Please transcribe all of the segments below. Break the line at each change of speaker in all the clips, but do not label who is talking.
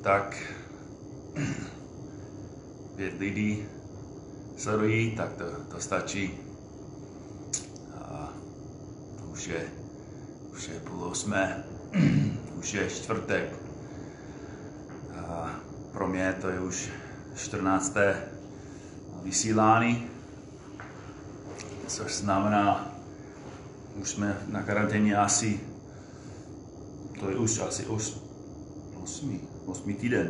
tak 5 lidí sledují, tak to stačí. A už je 7:30, už je čtvrtek. A pro mě to je už 14. vysílání, což znamená, už jsme na karanténě to je už asi 8. týden.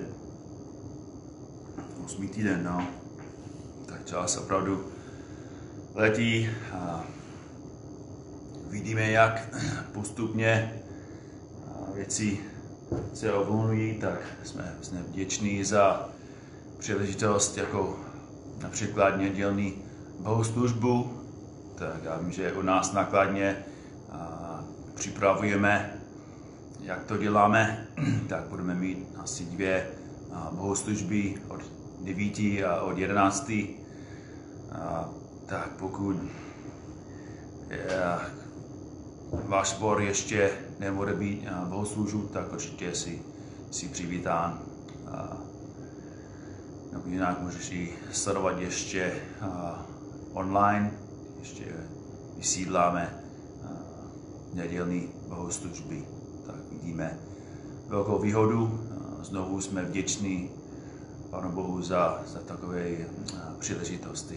8. týden, no. Tak čas opravdu letí a vidíme, jak postupně věci se uvolňují, tak jsme vděční za příležitost, jako například nedělní bohoslužbu. Tak já vím, že u nás nakladně připravujeme, jak to děláme, tak budeme mít asi 2 bohoslužby od 9 a od 11. Tak pokud váš sbor ještě nebude být bohoslužbu, tak určitě si přivítán. Nebo jinak můžeš ji sledovat ještě online, ještě vysídláme nedělní bohoslužby. Tak vidíme velkou výhodu. Znovu jsme vděční Pánu Bohu za takové příležitosti.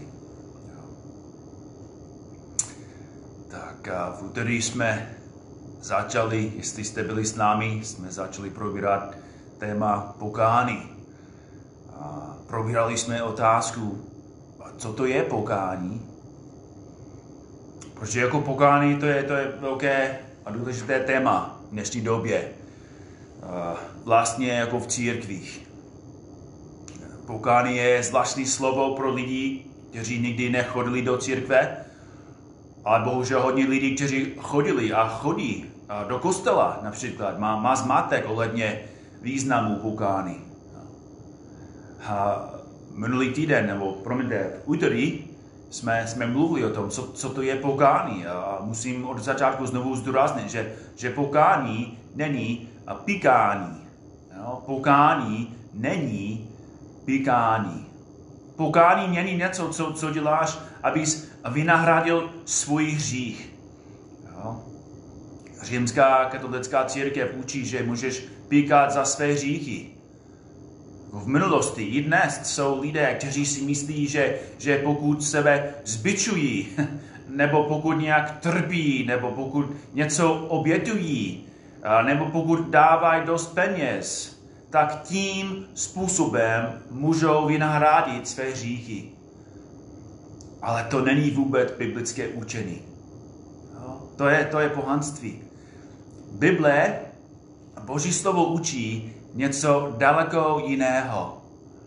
Tak v úterý jsme začali, jestli jste byli s námi, jsme začali probírat téma pokání. Probírali jsme otázku, co to je pokání. Protože jako pokání to je velké a důležité téma v dnešní době. Vlastně jako v církvích. Pokání je zvláštní slovo pro lidi, kteří nikdy nechodili do církve, ale bohužel hodně lidí, kteří chodili a chodí do kostela například, má zmatek ohledně významu pokání. Minulý týden, nebo v úterý, jsme mluvili o tom, co to je pokání. A musím od začátku znovu zdůraznit, že pokání není pikání. Pokání není pikání. Pokání není něco, co děláš, abys vynahradil svůj hřích. Římská katolická církev učí, že můžeš píkat za své hříchy. V minulosti i dnes jsou lidé, kteří si myslí, že pokud sebe zbičují, nebo pokud nějak trpí, nebo pokud něco obětují, nebo pokud dávají dost peněz, tak tím způsobem můžou vynahradit své hříchy. Ale to není vůbec biblické učení. To je pohanství. Bible, Boží slovo učí něco daleko jiného.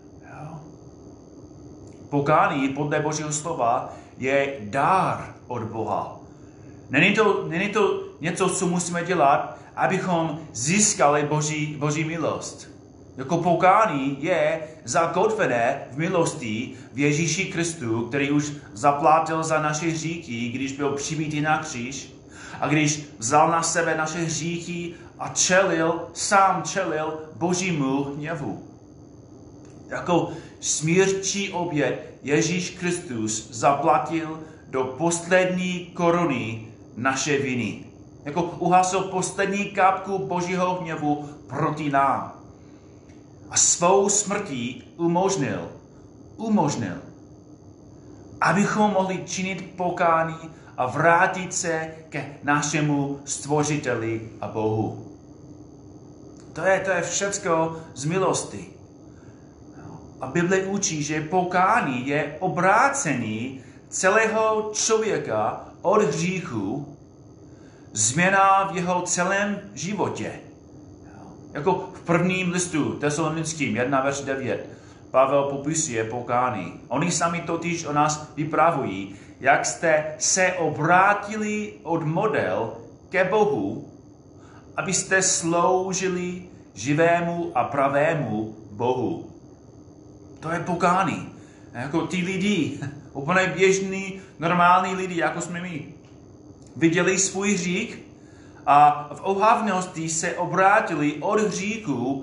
Pokání podle Božího slova je dár od Boha. Není to něco, co musíme dělat, abychom získali Boží milost. Jako pokání je zakotvené v milosti v Ježíši Kristu, který už zaplatil za naše hříchy, když byl přibitý na kříž a když vzal na sebe naše hříchy a sám čelil Božímu hněvu. Jako smírčí oběť Ježíš Kristus zaplatil do poslední koruny naše viny. Jako uhasil poslední kapku Božího hněvu proti nám. A svou smrtí umožnil, abychom mohli činit pokání a vrátit se ke našemu stvořiteli a Bohu. To je všecko z milosti. A Bible učí, že pokání je obrácení celého člověka od hříchu, změna v jeho celém životě. Jako v prvním listu Tesalonickým 1 verš 9 Pavel popisuje pokání. Oni sami totiž o nás vypravují, jak jste se obrátili od model ke Bohu, abyste sloužili živému a pravému Bohu. To je pokání. Jako ty lidi, úplně běžní, normální lidi, jako jsme my, viděli svůj hřích a v ohavnosti se obrátili od hříchu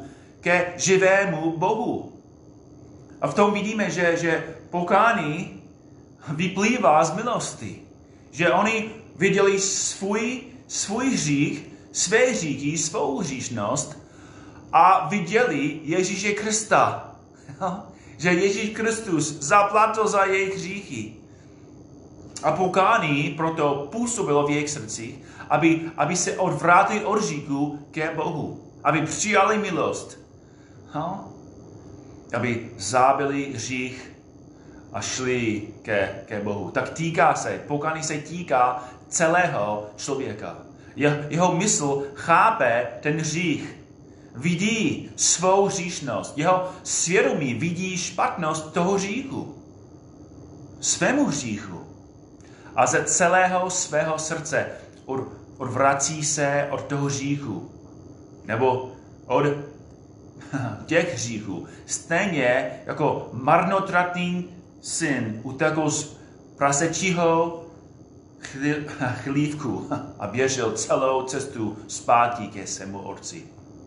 ke živému Bohu. A v tom vidíme, že pokání vyplývá z milosti. Že oni viděli svůj hřích, své hříchy, svou hříšnost a viděli Ježíše Krista. Že Ježíš Kristus zaplatil za jejich hříchy. A pokání proto působilo v jejich srdcích, aby se odvrátili od hříchu ke Bohu. Aby přijali milost. Aby zabili hřích a šli ke Bohu. Tak pokání se týká celého člověka. Jeho mysl chápe ten hřích. Vidí svou hříšnost. Jeho svědomí vidí špatnost toho hříchu. Svému hříchu. A ze celého svého srdce odvrací se od toho hříchu. Nebo od těch hříchů. Stejně jako marnotratný syn utekl z prasečího chlívku a běžel celou cestu zpátky ke svému otci.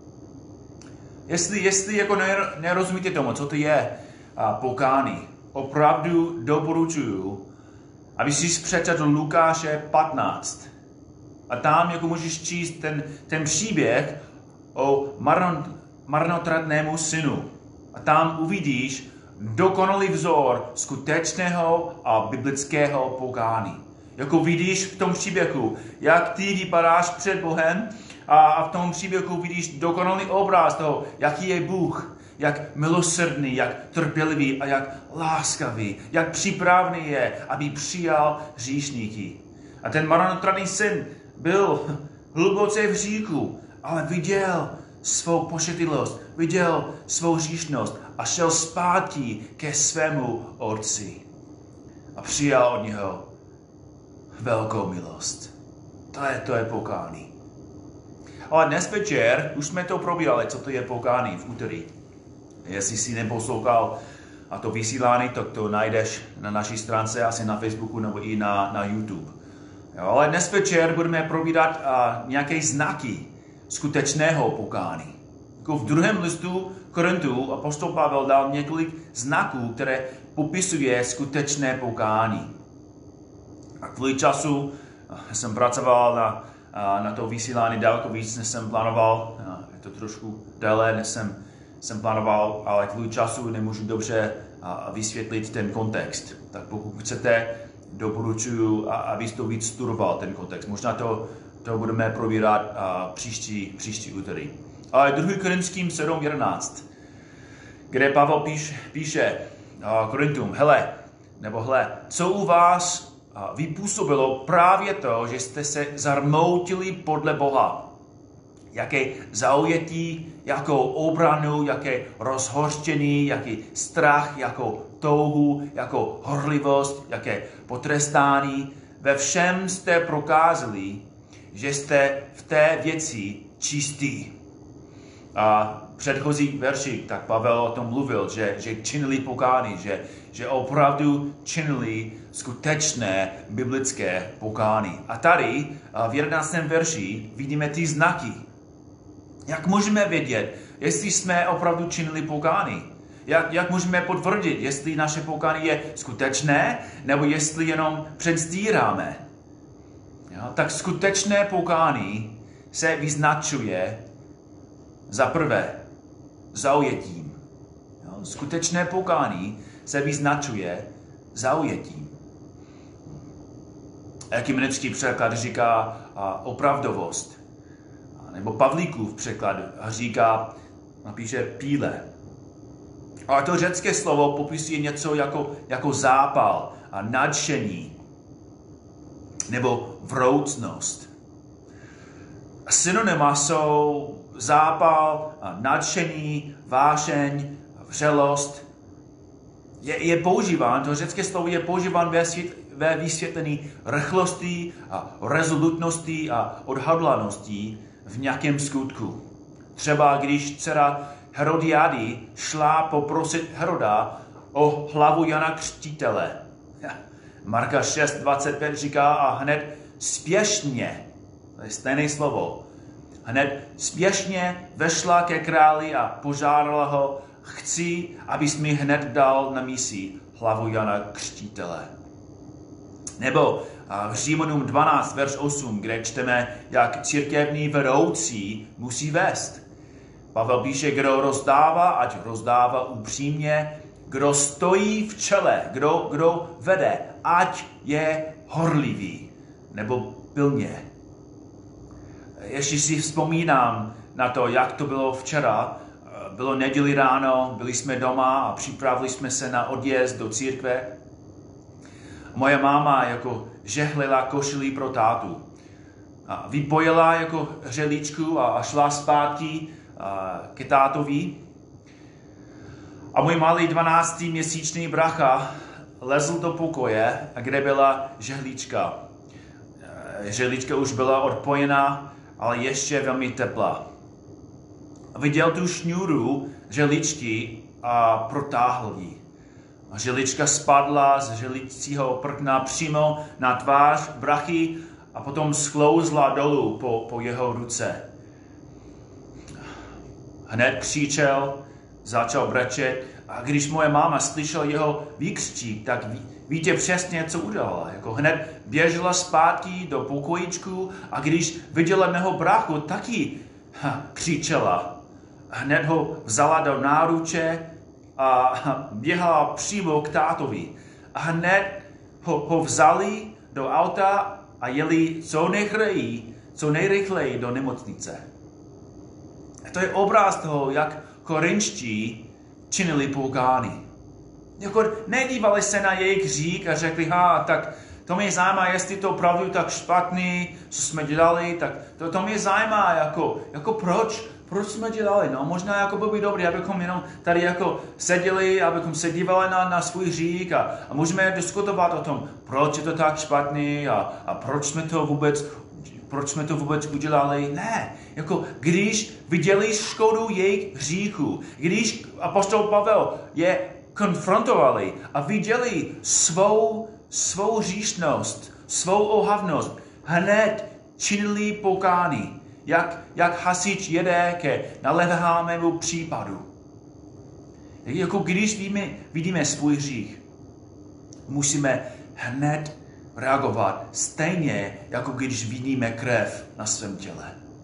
Jestli jako nerozumíte tomu, co to je pokání, opravdu doporučuji, aby si přečetl Lukáše 15. A tam jako můžeš číst ten příběh o marnotratnému synu. A tam uvidíš dokonalý vzor skutečného a biblického pokání. Jako vidíš v tom příběhu, jak ty vypadáš před Bohem a v tom příběhu vidíš dokonalý obraz toho, jaký je Bůh, jak milosrdný, jak trpělivý a jak láskavý, jak připravný je, aby přijal hříšníky. A ten marnotratný syn byl hluboce v hříchu, ale viděl svou pošetilost, viděl svou hříšnost a šel zpátky ke svému otci. A přijal od něho velkou milost. To je pokání. Ale dnes večer, už jsme to probírali, co to je pokání v úterý. Jestli jsi neposlouchal a to vysílání, tak to najdeš na naší stránce, asi na Facebooku nebo i na YouTube. Jo, ale dnes večer budeme probírat nějaké znaky skutečného pokání. Jako v druhém listu Korintu apostol Pavel dal několik znaků, které popisuje skutečné pokání. A kvůli času jsem pracoval na to vysílání daleko víc, než jsem plánoval. Je to trošku déle, než jsem plánoval, ale kvůli času nemůžu dobře vysvětlit ten kontext. Tak pokud chcete, doporučuji, abyste to víc studoval, ten kontext. Možná to budeme probírat příští úterý. Ale 2. Korinským 7:11, kde Pavel píše Korintům, hele, co u vás vypůsobilo právě to, že jste se zarmoutili podle Boha. Jaké zaujetí, jakou obranu, jaké rozhořčení, jaký strach, jakou touhu, jakou horlivost, jaké potrestání. Ve všem jste prokázali, že jste v té věci čistí. A předchozí verši, tak Pavel o tom mluvil, že činili pokání, že opravdu činili skutečné biblické pokání. A tady v 11. verši vidíme ty znaky. Jak můžeme vědět, jestli jsme opravdu činili pokání? Jak můžeme potvrdit, jestli naše pokání je skutečné, nebo jestli jenom předstíráme? Tak skutečné pokání se vyznačuje za prvé zaujetím. Skutečné pokání se vyznačuje zaujetím. Ekymenický překlad říká opravdovost. Nebo Pavlíkův překlad napíše píle. Ale to řecké slovo popisuje něco jako zápal a nadšení. Nebo vroucnost. Synonyma jsou zápal, nadšení, vášeň, vřelost. Je používán, to řecké slovo je používán ve vysvětlení rychlosti a rezolutnosti a odhodlanosti v nějakém skutku. Třeba když dcera Herodiady šla poprosit Heroda o hlavu Jana Křtitele. Marka 6:25 říká a hned spěšně, to je stejné slovo, Hned spěšně vešla ke králi a požádala ho, chci, abys mi hned dal na misi hlavu Jana Křtitele. Nebo v Římanům 12, verš 8, kde čteme, jak církevní vedoucí musí vést. Pavel píše, kdo rozdává, ať rozdává upřímně, kdo stojí v čele, kdo vede, ať je horlivý nebo pilně. Ještě si vzpomínám na to, jak to bylo včera. Bylo neděli ráno, byli jsme doma a připravili jsme se na odjezd do církve. Moje máma jako žehlila košilí pro tátu. A vypojila jako řeličku a šla zpátky ke tátovi. A můj malý 12měsíční bracha lezl do pokoje, kde byla žehlička. Žehlička už byla odpojená, ale ještě velmi teplá. Viděl tu šňůru žehličky a protáhl ji. Žehlička spadla z žehlicího prkna přímo na tvář brachy a potom sklouzla dolů po jeho ruce. Hned křičel, začal brečet a když moje máma slyšela jeho výkřik, tak víte přesně, co udělala. Jako hned běžela zpátky do pokojíčku a když viděla mého bráchu, taky křičela. Hned ho vzala do náruče a běhala přímo k tátovi. A hned ho vzali do auta a jeli co nejrychleji do nemocnice. A to je obraz toho, jak korinští činili pogány. Jako nedívali se na jejich hřích a řekli, tak to mě zajímá, jestli to opravdu tak špatný, co jsme dělali, tak to mě zajímá, jako proč jsme dělali, no možná jako by bylo dobré, abychom jenom tady jako seděli, abychom se dívali na svůj hřích a můžeme diskutovat o tom, proč je to tak špatný a proč jsme to vůbec udělali. Ne, jako když viděli škodu jejich hříchu, když apoštol Pavel je konfrontovali a viděli svou hříšnost, svou ohavnost, hned činili pokání, jak hasič jede ke naléhavému případu. Jako když vidíme svůj hřích, musíme hned reagovat stejně, jako když vidíme krev na svém těle.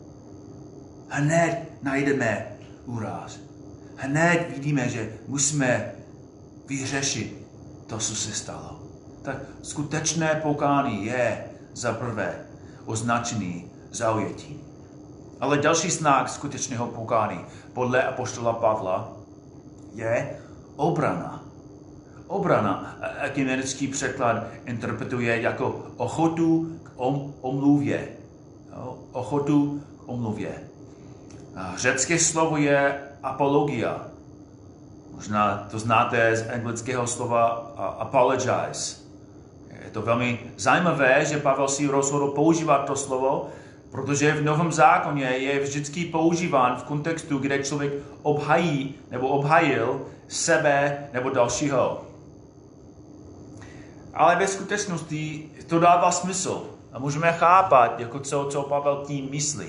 Hned najdeme úraz. Hned vidíme, že musíme vyřešit to, co se stalo. Tak skutečné pokání je za prvé označený zaujetím. Ale další znak skutečného pokání podle apoštola Pavla je obrana. Obrana, ekumenický překlad interpretuje jako ochotu k omluvě. Ochotu k omluvě. Řecké slovo je apologia. Možná to znáte z anglického slova apologize. Je to velmi zajímavé, že Pavel si rozhodl používat to slovo, protože v Novém zákoně je vždycky používán v kontextu, kde člověk obhají nebo obhajil sebe nebo dalšího. Ale ve skutečnosti to dává smysl a můžeme chápat, jako co Pavel tím myslí.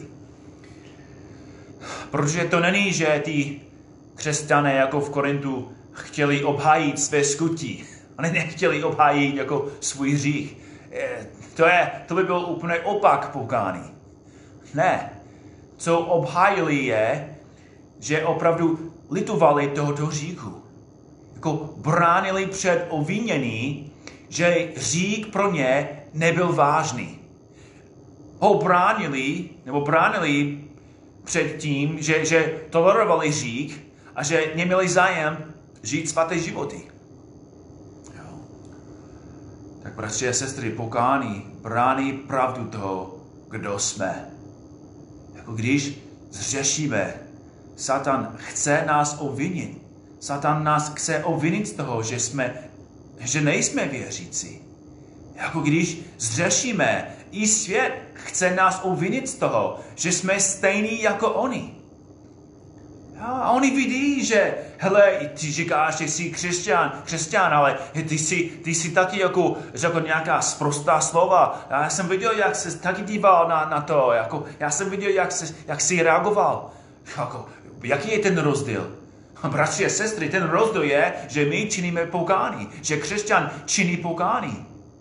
Protože to není, že ty křesťané jako v Korintu chtěli obhájit své skutí. Oni nechtěli obhájit jako svůj hřích. To by byl úplně opak pokání. Ne. Co obhájili je, že opravdu litovali tohoto hříchu. Jako bránili před obvinění, že hřích pro ně nebyl vážný. Ho bránili před tím, že tolerovali hřích a že neměli zájem žít svaté životy. Jo. Tak bratři a sestry, pokání brání pravdu toho, kdo jsme. Jako když zřešíme, Satan chce nás obvinit. Satan nás chce obvinit z toho, že nejsme věřící. Jako když zřešíme, i svět chce nás obvinit z toho, že jsme stejní jako oni. A oni vidí, že hele, ty říkáš, že jsi křesťan, ale ty jsi taky jako řekl nějaká sprostá slova. Já jsem viděl, jak jsi taky díval na to. Jako, já jsem viděl, jak jsi reagoval. Jako, jaký je ten rozdíl? Bratři a sestry, ten rozdíl je, že my činíme pokání, že křesťan činí pokání.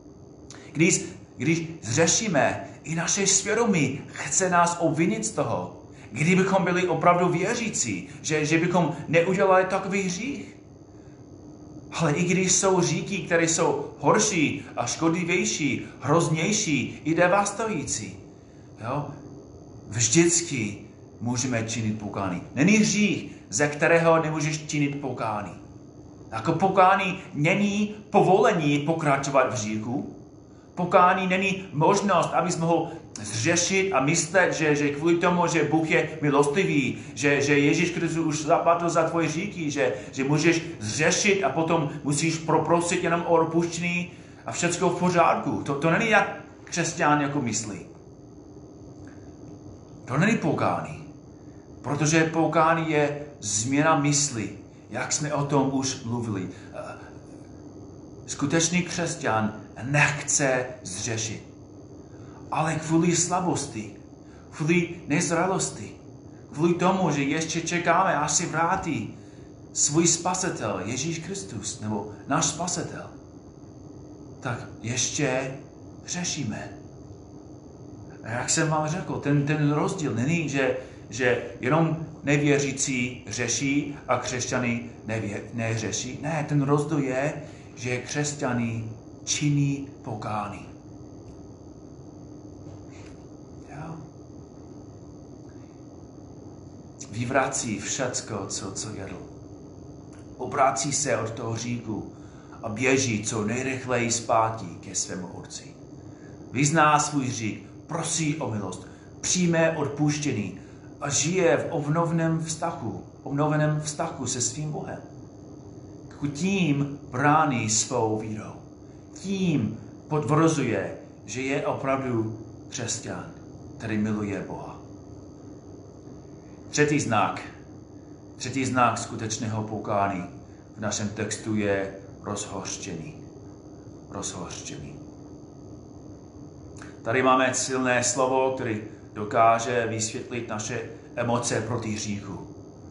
Když zřešíme, i naše svědomí chce nás obvinit z toho, kdybychom byli opravdu věřící, že bychom neudělali takový hřích. Ale i když jsou hříchy, které jsou horší a škodlivější, hroznější i devastující, jo, vždycky můžeme činit pokání. Není hřích, ze kterého nemůžeš činit pokání. Jako pokání není povolení pokračovat v hříchu. Pokání není možnost, abys mohl zřešit a myslet, že kvůli tomu, že Bůh je milostivý, že Ježíš Kristus už zaplatil za tvoje hříchy, že můžeš zřešit a potom musíš poprosit jenom o odpuštění a všechno v pořádku. To není jak křesťan jako myslí. To není pokání. Protože pokání je změna mysli, jak jsme o tom už mluvili. Skutečný křesťan nechce zřešit. Ale kvůli slabosti, kvůli nezralosti, kvůli tomu, že ještě čekáme, až se vrátí svůj spasitel, Ježíš Kristus, nebo náš spasitel, tak ještě řešíme. A jak jsem vám řekl, ten rozdíl není, že jenom nevěřící řeší a křesťané neřeší. Ne, ten rozdíl je, že křesťané činí pokání. Vyvrací všecko, co jedl. Obrácí se od toho hříchu a běží co nejrychleji zpátky ke svému otci. Vyzná svůj hřích, prosí o milost, přijme odpuštění a žije v obnoveném vztahu se svým Bohem. Tím brání svou vírou. Tím potvrzuje, že je opravdu křesťan, který miluje Boha. Třetí znak skutečného pokání v našem textu je rozhořčení. Tady máme silné slovo, které dokáže vysvětlit naše emoce proti hříchu.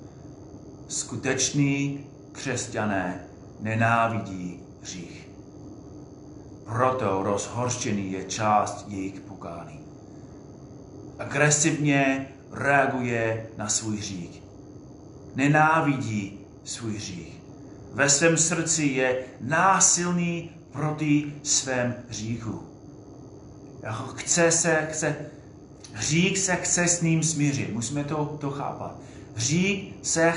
Skuteční křesťané nenávidí hřích. Proto rozhořčení je část jejich pokání. Agresivně reaguje na svůj hřích. Nenávidí svůj hřích. Ve svém srdci je násilný proti svém hříchu. Hřích se chce s ním smířit. Musíme to chápat. Hřích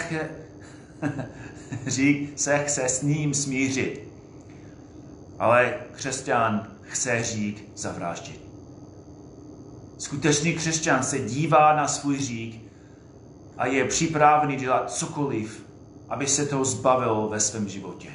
se chce s ním smířit. Ale křesťan chce hřích zavraždit. Skutečný křesťan se dívá na svůj hřích a je připravený dělat cokoliv, aby se toho zbavil ve svém životě.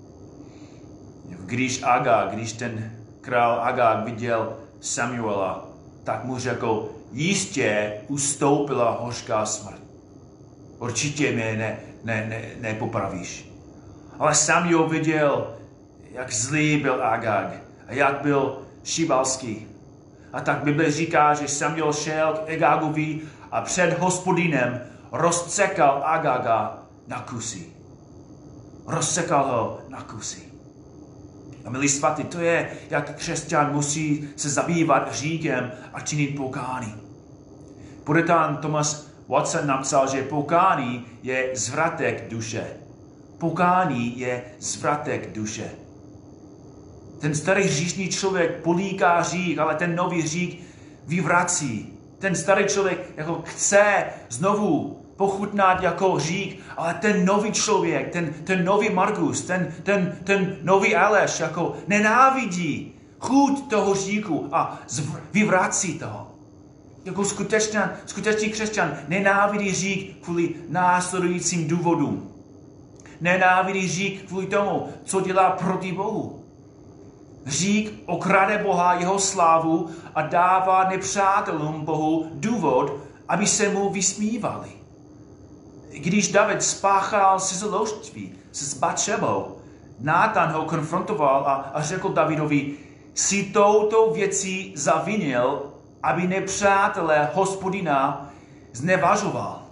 Když ten král Agag viděl Samuela, tak mu řekl, jistě ustoupila hořká smrt. Určitě mě nepopravíš. Ale Samuel viděl, jak zlý byl Agag a jak byl šibalský. A tak Bible říká, že Samuel šel k Agagovi a před Hospodinem rozsekal Agaga na kusy. Rozsekal ho na kusy. A milí svatí, to je, jak křesťan musí se zabývat hříchem a činit pokání. Puritán Thomas Watson napsal, že pokání je zvratek duše. Pokání je zvratek duše. Ten starý hříšný člověk políká hřích, ale ten nový hřích vyvrací. Ten starý člověk jako chce znovu pochutnat jako hřích, ale ten nový člověk, ten nový Markus, ten nový Aleš jako nenávidí chuť toho hříchu a vyvrací toho. Jako skutečný křesťan nenávidí hřích kvůli následujícím důvodům. Nenávidí hřích kvůli tomu, co dělá proti Bohu. Hřích okrade Boha, jeho slávu a dává nepřátelům Bohu důvod, aby se mu vysmívali. Když David spáchal cizoložství s Batšebou, Nátan ho konfrontoval a řekl Davidovi, si touto věcí zavinil, aby nepřátelé Hospodina znevažoval.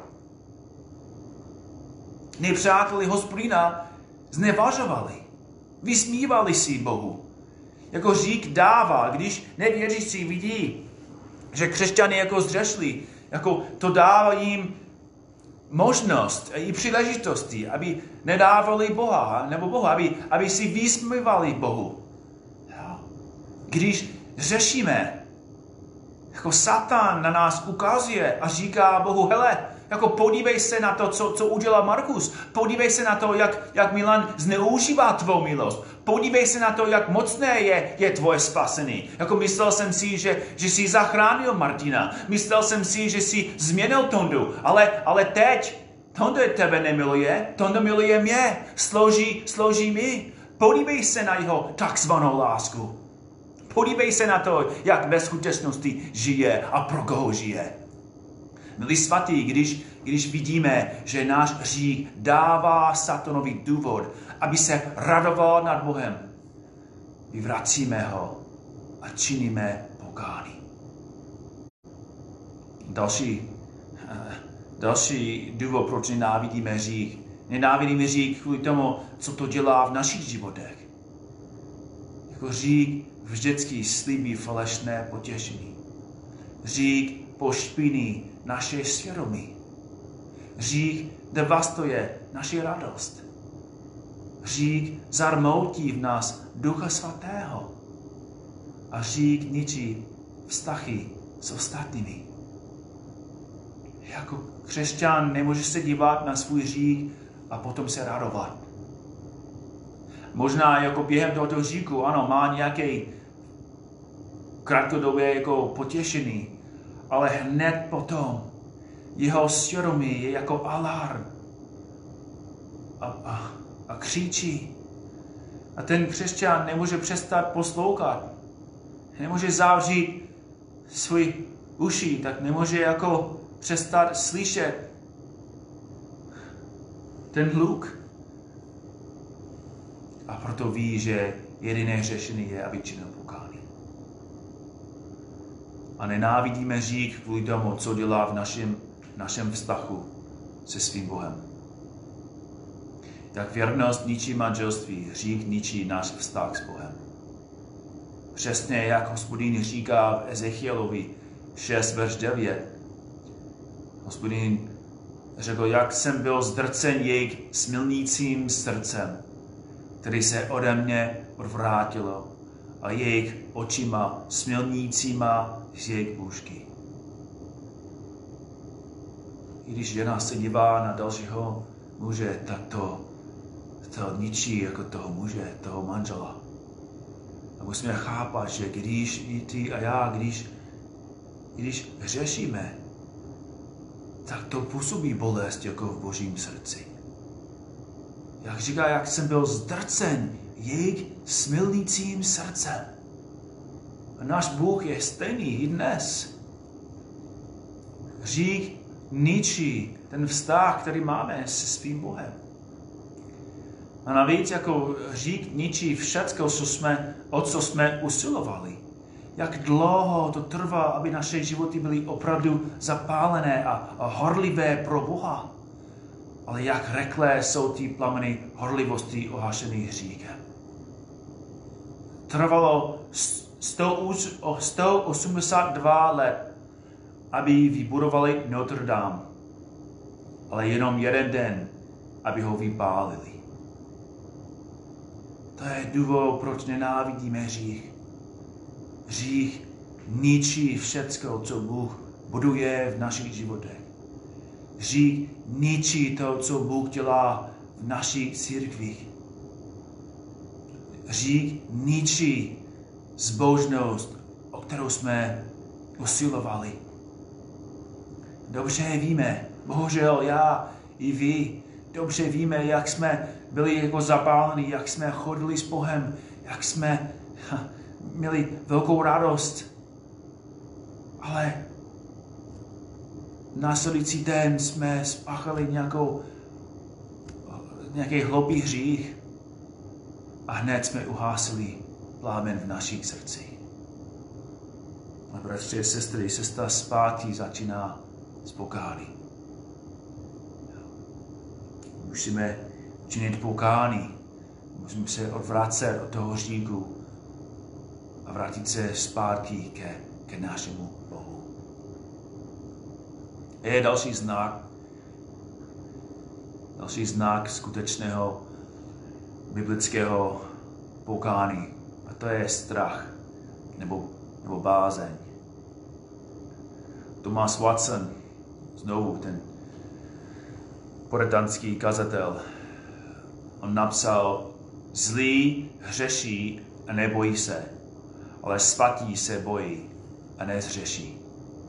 Nepřáteli Hospodina znevažovali. Vysmívali si Bohu. Jako řík dává, když nevěřící vidí, že křesťané jako zřešli, jako to dává jim možnost i příležitosti, aby nedávali Boha, nebo Boha, aby si vysmívali Bohu. Když řešíme, jako Satan na nás ukazuje a říká Bohu, hele, jako podívej se na to, co udělal Markus. Podívej se na to, jak Milan zneužívá tvou milost. Podívej se na to, jak mocné je tvoje spasení. Jako myslel jsem si, že jsi zachránil Martina. Myslel jsem si, že jsi změnil Tondu. Ale teď Tonda tebe nemiluje, Tonda miluje mě. Slouží mi. Podívej se na jeho takzvanou lásku. Podívej se na to, jak ve skutečnosti žije a pro koho žije. Milí svatí, když vidíme, že náš hřích dává Satanovi důvod, aby se radoval nad Bohem, vyvracíme ho a činíme pokány. Další důvod, proč nenávidíme hřích. Nenávidíme hřích kvůli tomu, co to dělá v našich životech. Jako hřích vždycky slíbí falešné potěšení. Hřích pošpiní naše svědomí. Hřích devastuje naši radost. Hřích zarmoutí v nás Ducha Svatého. A hřích ničí vztahy s ostatními. Jako křesťan nemůže se dívat na svůj hřích a potom se radovat. Možná jako během tohoto hříchu, ano, má nějaké krátkodobé jako potěšení, ale hned potom jeho svědomí je jako alarm a křičí. A ten křesťan nemůže přestat poslouchat. Nemůže zavřít svůj uši, tak nemůže jako přestat slyšet ten hluk. A proto ví, že jediné řešení je, aby činil pokání. A nenávidíme hřích kvůli tomu, co dělá v našem vztahu se svým Bohem. Jak věrnost ničí manželství, hřích ničí náš vztah s Bohem. Přesně jak Hospodin říká v Ezechielovi 6, verš 9. Hospodin řekl, jak jsem byl zdrcen jejich smilnícím srdcem, který se ode mě odvrátilo a jejich očima smilnícíma z jejich úšky. I když žena se dívá na dalšího muže, tak to ničí jako toho muže, toho manžela. A musíme chápat, že když i ty a já, když hřešíme, tak to působí bolest jako v Božím srdci. Jak říká, jak jsem byl zdrcen jejich smilnícím srdcem. A náš Bůh je stejný i dnes. Hřích ničí ten vztah, který máme se svým Bohem. A navíc jako hřích ničí všecko, o co jsme usilovali. Jak dlouho to trvá, aby naše životy byly opravdu zapálené a horlivé pro Boha. Ale jak rychlé jsou ty plameny horlivosti ohašený hříchem. Trvalo 182 let, aby vybudovali Notre Dame. Ale jenom jeden den, aby ho vypálili. To je důvod, proč nenávidíme hřích. Hřích ničí všecko, co Bůh buduje v našich životech. Hřích ničí to, co Bůh dělá v našich církvích. Hřích ničí zbožnost, o kterou jsme usilovali. Dobře víme, bohužel já i vy, dobře víme, jak jsme byli jako zapálení, jak jsme chodili s Bohem, jak jsme měli velkou radost. Ale následující den jsme spáchali nějaký hloupý hřích a hned jsme uhásili plámen v našich srdcích. A bratři a sestry, cesta zpátky začíná s pokání. Musíme činit pokání. Musíme se odvracet od toho hříchu a vrátit se zpátky ke našemu Bohu. Je další znak skutečného biblického pokání. A to je strach nebo bázeň. Thomas Watson, znovu ten puritánský kazatel, on napsal: zlí hřeší a nebojí se, ale svatí se bojí a nezhřeší.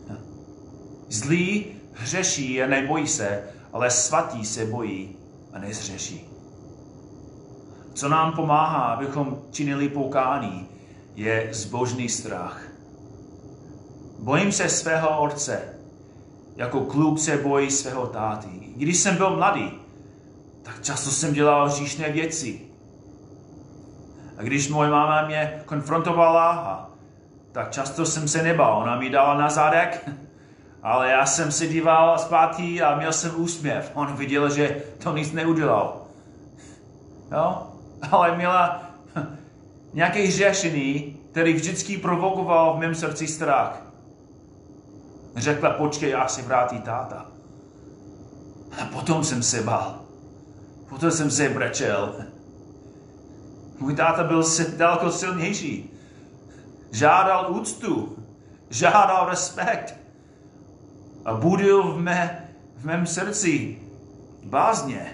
Zlí hřeší a nebojí se, ale svatí se bojí a nezhřeší. Co nám pomáhá, abychom činili pokání, je zbožný strach. Bojím se svého otce, jako kluk se bojí svého táty. Když jsem byl mladý, tak často jsem dělal hříšné věci. A když moje máma mě konfrontovala, tak často jsem se nebal. Ona mi dala na zadek, ale já jsem se díval zpátky a měl jsem úsměv. On viděl, že to nic neudělal. Jo? Ale měla nějaké řešení, který vždycky provokoval v mém srdci strach. Řekla: počkej, až se vrátí táta. A potom jsem se bál. Potom jsem se brečel. Můj táta byl daleko silnější. Žádal úctu. Žádal respekt. A budil v mém srdci bázně.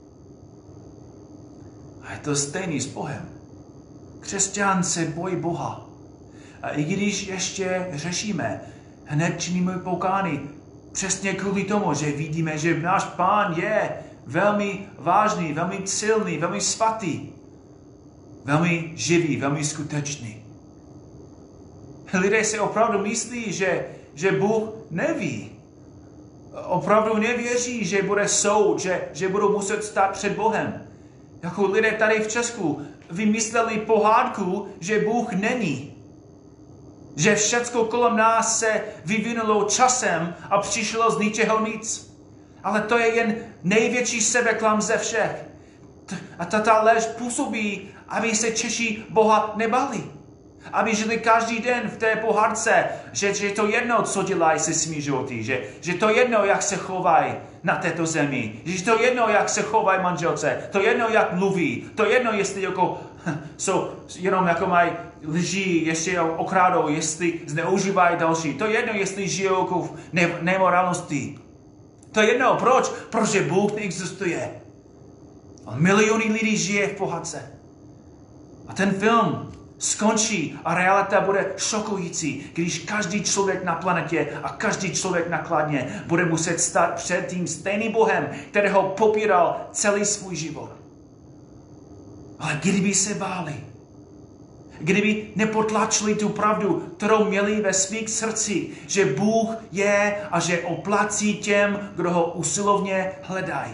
A je to stejný s Bohem. Křesťan se bojí Boha. A i když ještě řešíme, hned činíme pokání. Přesně kvůli tomu, že vidíme, že náš Pán je velmi vážný, velmi silný, velmi svatý, velmi živý, velmi skutečný. Lidé si opravdu myslí, že Bůh neví. Opravdu nevěří, že bude soud, že budou muset stát před Bohem. Jako lidé tady v Česku vymysleli pohádku, že Bůh není. Že všecko kolem nás se vyvinulo časem a přišlo z ničeho nic. Ale to je jen největší sebeklam ze všech. A ta lež působí, aby se Češi Boha nebali. Aby žili každý den v té pohádce, že je to jedno, co dělají se svými životy, že to jedno, jak se chovají na této zemi, že to jedno, jak se chovají manželce, to jedno, jak mluví, to jedno, jestli jsou jenom jako mají lží, jestli okrádou, jestli zneužívají další, to jedno, jestli žijou jako v nemorálnosti. To jedno, proč? Protože Bůh neexistuje. A miliony lidí žije v pohádce. A ten film skončí a realita bude šokující, když každý člověk na planetě a každý člověk na Kladně bude muset stát před tím stejným Bohem, kterého popíral celý svůj život. Ale kdyby se báli, kdyby nepotlačili tu pravdu, kterou měli ve svých srdcích, že Bůh je a že oplací těm, kdo ho usilovně hledají.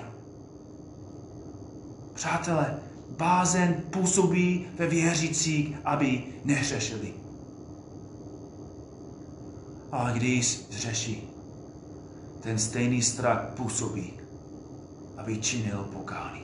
Přátelé, bázeň působí ve věřících, aby nehřešili. Ale když zřeší, ten stejný strach působí, aby činil pokání.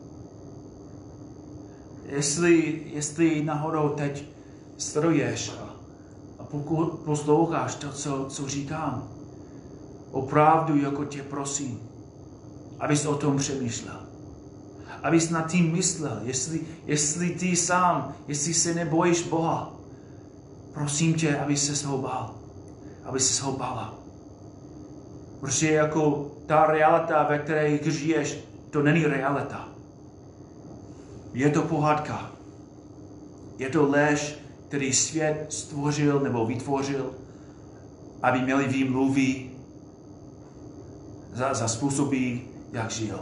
Jestli náhodou teď sleduješ a pokud posloucháš to, co říkám, opravdu jako tě prosím, abys o tom přemýšlel. Abys nad tím myslel, jestli ty sám, jestli se nebojíš Boha. Prosím tě, aby se ho bál. Aby se ho bála. Protože jako ta realita, ve které žiješ, to není realita. Je to pohádka. Je to lež, který svět stvořil nebo vytvořil, aby měli výmluvy za způsoby, jak žil.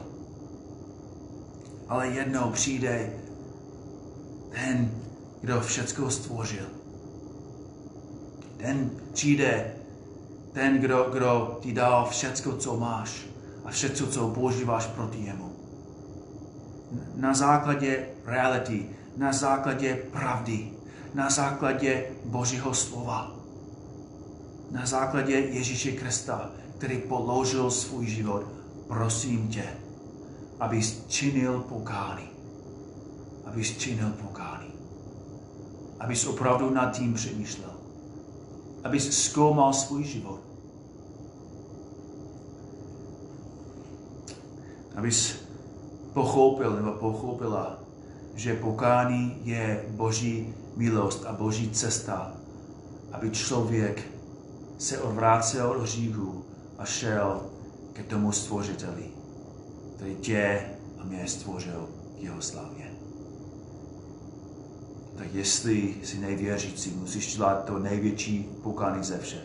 Ale jednou přijde ten, kdo všecko stvořil. Ten přijde Ten, kdo ti dal všecko, co máš a všecko, co používáš proti němu. Na základě reality, na základě pravdy, na základě Božího slova, na základě Ježíše Krista, který položil svůj život, prosím tě, abys činil pokání. Abys činil pokání. Abys opravdu nad tím přemýšlel. Abys zkoumal svůj život. Abys pochopil nebo pochopila, že pokání je Boží milost a Boží cesta, aby člověk se odvrácel od hříchu a šel ke tomu stvořiteli, který tě a mě stvořil k jeho slávě. Tak jestli jsi nevěřící, musíš dělat to největší pokání ze všech.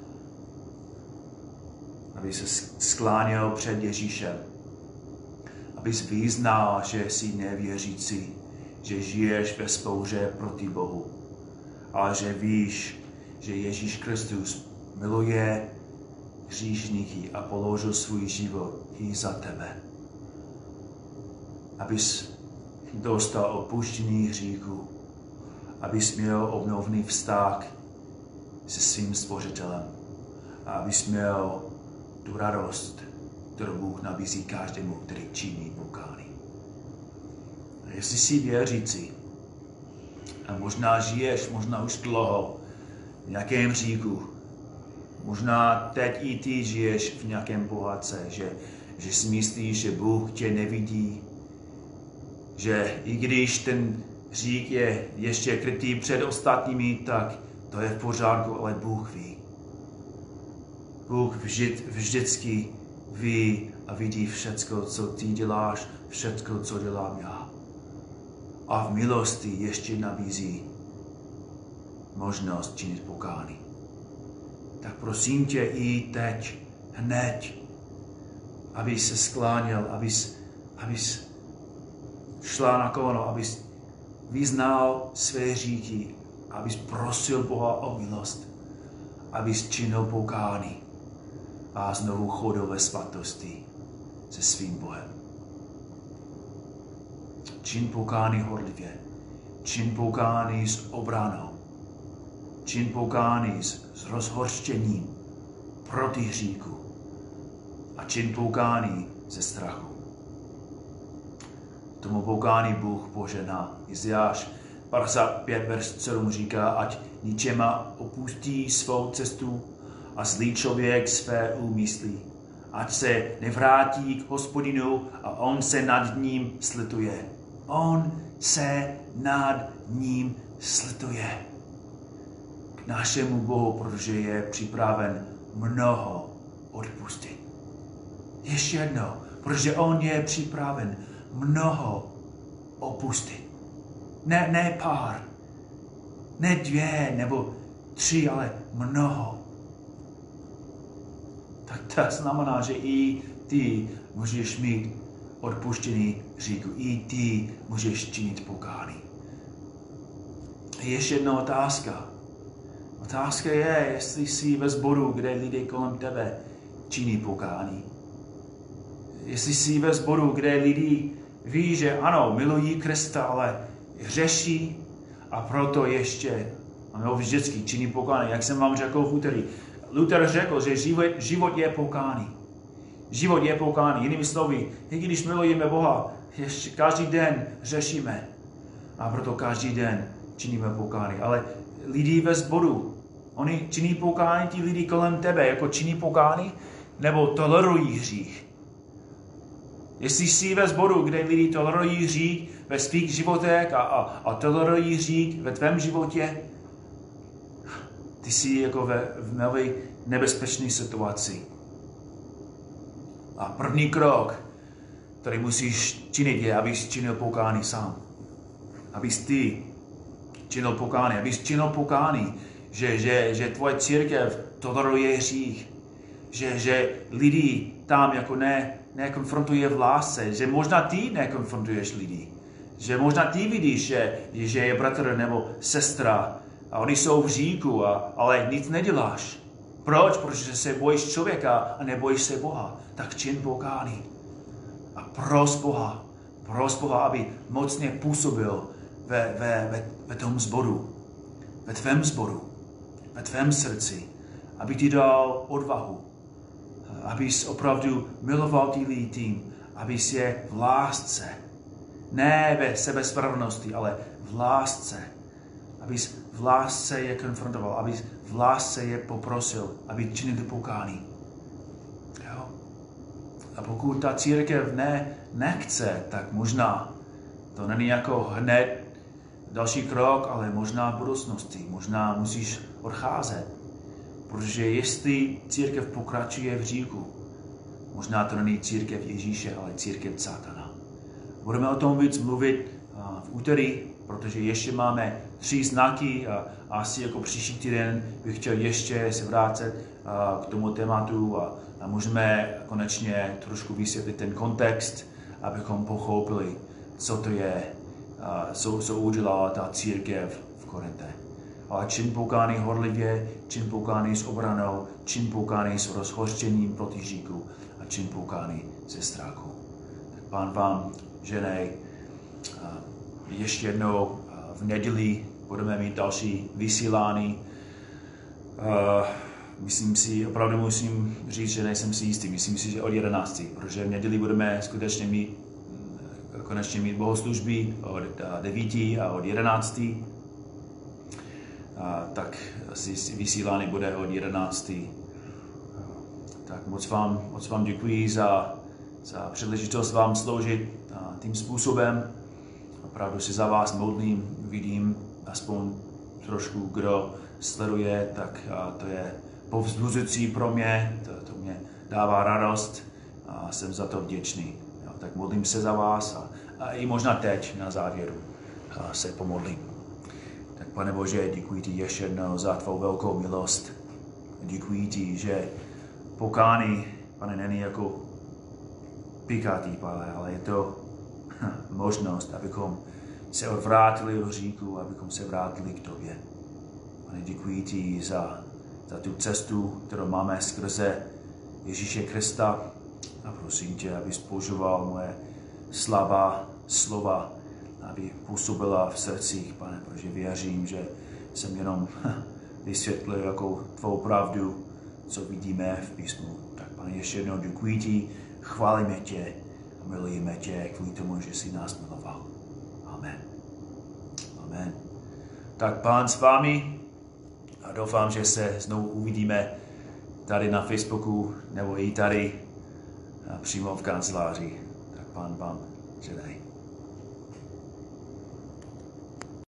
Aby se skláněl před Ježíšem. Abys vyznal, že jsi nevěřící, že žiješ ve spouře proti Bohu. Ale že víš, že Ježíš Kristus miluje hříšníky a položil svůj život i za tebe. Abys dostal odpuštění hříchu, abys měl obnovný vztah se svým stvořitelem a abys měl tu radost, kterou Bůh nabízí každému, který činí pokání. A jestli jsi věřící a možná žiješ, možná už dlouho v nějakém hříchu, možná teď i ty žiješ v nějakém pohádce, že si myslíš, že Bůh tě nevidí, že i když ten hřích je ještě krytý před ostatními, tak to je v pořádku, ale Bůh ví. Bůh vždycky ví a vidí všecko, co ty děláš, všecko, co dělám já. A v milosti ještě nabízí možnost činit pokání. Tak prosím tě i teď, hned, abys se skláněl, abys šla na koleno, abys vyznal své hříchy, abys prosil Boha o milost, abys činil pokání a znovu chodil ve svatosti se svým Bohem. Čin pokání horlivě, čin pokání s obranou, čin pokání s rozhořčením proti hříchu a čin pokání ze strachu. Tomu pokání Bůh požená. Izajáš 55, verš 7 říká, ať ničema opustí svou cestu a zlý člověk své úmyslí. Ať se nevrátí k Hospodinu a on se nad ním slituje. On se nad ním slituje. K našemu Bohu, protože je připraven mnoho odpustit. Ještě jednou, protože on je připraven mnoho opustit. Ne pár, ne 2 nebo 3, ale mnoho. Tak to znamená, že i ty můžeš mít odpuštěný hříchu. I ty můžeš činit pokání. Ještě jedna otázka. Otázka je, jestli jsi ve sboru, kde lidé kolem tebe činí pokání. Jestli jsi ve sboru, kde lidi ví, že ano, milují Krista, ale hřeší a proto ještě, ano, vždycky činí pokání. Jak jsem vám řekl v úterý, Luther řekl, že život je pokání. Život je pokání. Jinými slovy, i když milujeme Boha, ještě každý den řešíme. A proto každý den činíme pokání. Ale lidi ve sboru, oni činí pokání, ti lidi kolem tebe, jako činí pokání, nebo tolerují hřích. Jestli jsi ve sboru, kde lidi tolerují hřích ve svých životech a tolerují hřích ve tvém životě, ty jsi jako v nové nebezpečné situaci. A první krok, který musíš činit, je, abys činil pokání sám. Abys ty činil pokání, že tvoje církev toleruje hřích, že lidi tam jako nekonfrontuje v lásce, že možná ty nekonfrontuješ lidi, že možná ty vidíš, že je bratr nebo sestra a oni jsou v hříchu, ale nic neděláš. Proč? Protože se bojíš člověka a nebojíš se Boha. Tak čin pokání. A pros Boha, aby mocně působil ve tom sboru, ve tvém sboru, ve tvém srdci, aby ti dal odvahu, abys opravdu miloval ty lidi tím, abys je v lásce, ne ve sebespravedlnosti, ale v lásce, abys v lásce je konfrontoval, abys v lásce je poprosil, aby činili pokání. Jo? A pokud ta církev nechce, tak možná to není jako hned další krok, ale možná v budoucnosti. Možná musíš odcházet. Protože jestli církev pokračuje v hříchu, možná to není církev Ježíše, ale církev Satana. Budeme o tom víc mluvit v úterý, protože ještě máme 3 znaky a asi jako příští týden bych chtěl ještě se vrátit k tomu tématu a můžeme konečně trošku vysvětlit ten kontext, abychom pochopili, co to je, co udělala ta církev v Korintě. Ale čin pokání horlivě, čin pokání s obranou, čin pokání s rozhořčením proti hříchu a čin pokání ze strachu. Tak Pán vám ženej. Ještě jednou v neděli budeme mít další vysílání. Myslím si, opravdu musím říct, že nejsem si jistý. Myslím si, že od 11. Protože v neděli budeme skutečně konečně mít bohoslužby od 9 a od 11. Tak asi vysílání bude od 11. Tak moc vám děkuji za příležitost vám sloužit tím způsobem. Opravdu si za vás modlím, vidím aspoň trošku, kdo sleduje, tak to je povzbuzující pro mě, to mě dává radost a jsem za to vděčný. Jo, tak modlím se za vás a i možná teď na závěru se pomodlím. Tak Pane Bože, děkuji ti ještě jednou za tvou velkou milost. Děkuji ti, že pokání, Pane, není jako pikátý, Pane, ale je to možnost, abychom se odvrátili od hříchu, abychom se vrátili k tobě. Pane, děkuji ti za tu cestu, kterou máme skrze Ježíše Krista a prosím tě, abys používal moje slabá slova, aby působila v srdcích, Pane, protože věřím, že jsem jenom vysvětlil jako tvou pravdu, co vidíme v písmu. Tak, Pane, ještě jednou děkuji ti, chválíme tě a milujeme tě kvůli tomu, že jsi nás miloval. Amen. Amen. Tak Pán s vámi a doufám, že se znovu uvidíme tady na Facebooku nebo i tady přímo v kanceláři. Tak Pán vám žehnej.